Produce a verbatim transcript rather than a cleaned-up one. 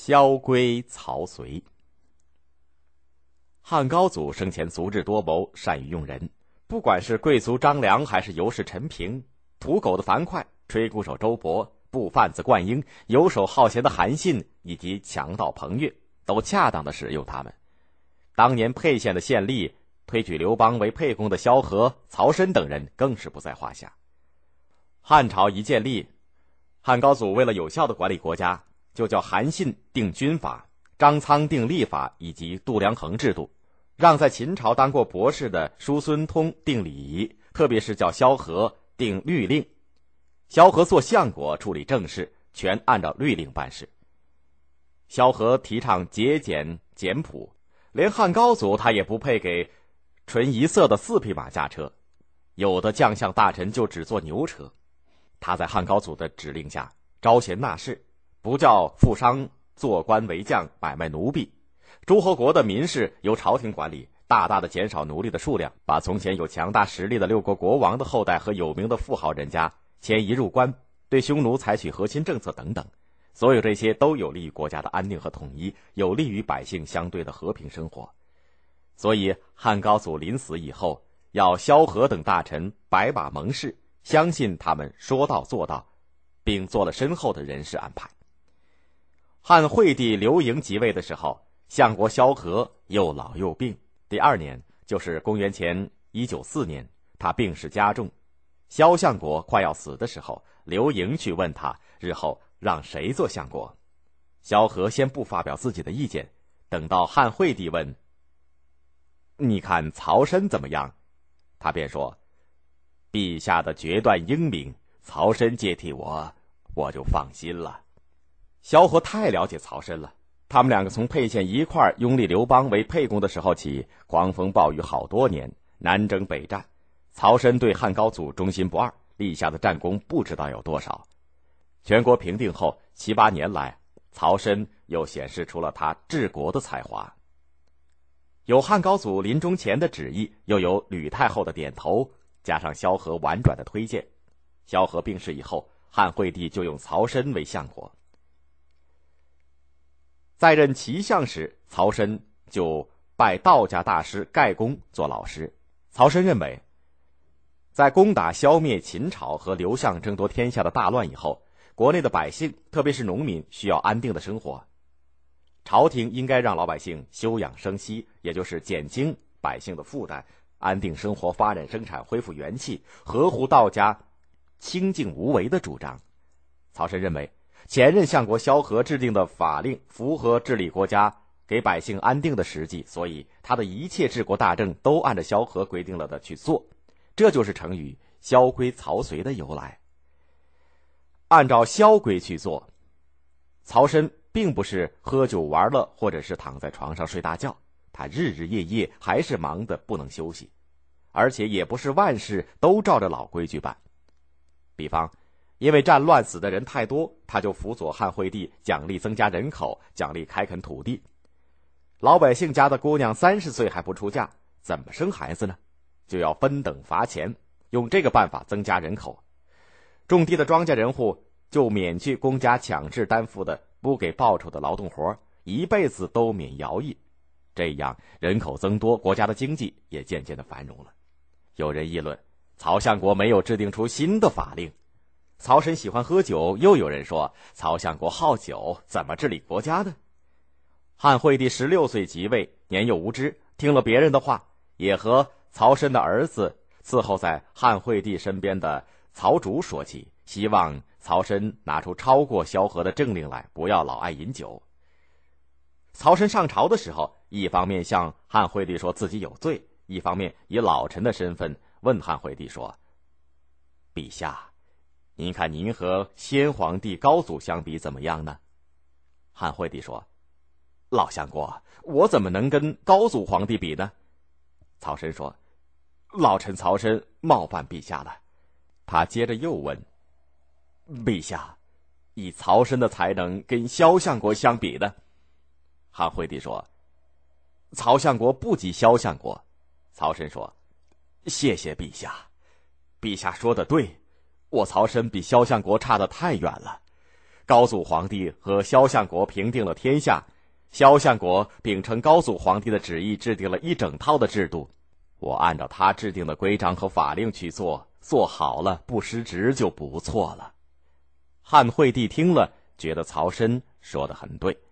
萧规曹随。汉高祖生前足智多谋，善于用人，不管是贵族张良还是游士陈平，土狗的樊哙、吹鼓手周勃、布贩子灌婴、游手好闲的韩信以及强盗彭越，都恰当的使用他们。当年沛县的县吏推举刘邦为沛公的萧何、曹参等人更是不在话下。汉朝一建立，汉高祖为了有效的管理国家，就叫韩信定军法，张苍定历法以及度量衡制度，让在秦朝当过博士的叔孙通定礼仪，特别是叫萧何定律令。萧何做相国处理政事，全按照律令办事。萧何提倡节俭简朴，连汉高祖他也不配给纯一色的四匹马驾车，有的将相大臣就只坐牛车。他在汉高祖的指令下招贤纳士，不叫富商做官为将买卖奴婢，诸侯国的民事由朝廷管理，大大的减少奴隶的数量，把从前有强大实力的六国国王的后代和有名的富豪人家迁移入关，对匈奴采取和亲政策等等。所有这些都有利于国家的安定和统一，有利于百姓相对的和平生活。所以汉高祖临死以后，要萧何等大臣白马盟誓，相信他们说到做到，并做了深厚的人事安排。汉惠帝刘盈即位的时候，相国萧何又老又病，第二年就是公元前一九四年，他病势加重。萧相国快要死的时候，刘盈去问他日后让谁做相国。萧何先不发表自己的意见，等到汉惠帝问你看曹参怎么样，他便说陛下的决断英明，曹参接替我，我就放心了。萧何太了解曹参了，他们两个从沛县一块拥立刘邦为沛公的时候起，狂风暴雨好多年，南征北战。曹参对汉高祖忠心不二，立下的战功不知道有多少。全国平定后七八年来，曹参又显示出了他治国的才华。有汉高祖临终前的旨意，又有吕太后的点头，加上萧何婉转的推荐，萧何病逝以后，汉惠帝就用曹参为相国。在任齐相时，曹参就拜道家大师盖公做老师。曹参认为，在攻打消灭秦朝和刘项争夺天下的大乱以后，国内的百姓，特别是农民，需要安定的生活。朝廷应该让老百姓休养生息，也就是减轻百姓的负担，安定生活，发展生产，恢复元气，合乎道家清静无为的主张。曹参认为，前任相国萧何制定的法令符合治理国家、给百姓安定的实际，所以他的一切治国大政都按照萧何规定了的去做，这就是成语萧规曹随的由来。按照萧规去做，曹参并不是喝酒玩乐，或者是躺在床上睡大觉，他日日夜夜还是忙得不能休息，而且也不是万事都照着老规矩办。比方因为战乱死的人太多，他就辅佐汉惠帝奖励增加人口，奖励开垦土地。老百姓家的姑娘三十岁还不出嫁，怎么生孩子呢？就要分等罚钱，用这个办法增加人口。种地的庄稼人户就免去公家强制担负的不给报酬的劳动活，一辈子都免徭役。这样人口增多，国家的经济也渐渐的繁荣了。有人议论曹相国没有制定出新的法令。曹参喜欢喝酒，又有人说曹相国好酒，怎么治理国家呢？汉惠帝十六岁即位，年幼无知，听了别人的话，也和曹参的儿子伺候在汉惠帝身边的曹竹说起，希望曹参拿出超过萧何的政令来，不要老爱饮酒。曹参上朝的时候，一方面向汉惠帝说自己有罪，一方面以老臣的身份问汉惠帝说，陛下，您看您和先皇帝高祖相比怎么样呢？汉惠帝说，老相国，我怎么能跟高祖皇帝比呢？曹参说，老臣曹参冒犯陛下了。他接着又问，陛下，以曹参的才能跟萧相国相比呢？汉惠帝说，曹相国不及萧相国。曹参说，谢谢陛下，陛下说的对，我曹参比萧相国差得太远了。 高祖皇帝和萧相国平定了天下，萧相国秉承高祖皇帝的旨意，制定了一整套的制度。我按照他制定的规章和法令去做，做好了不失职就不错了。汉惠帝听了，觉得曹参说得很对，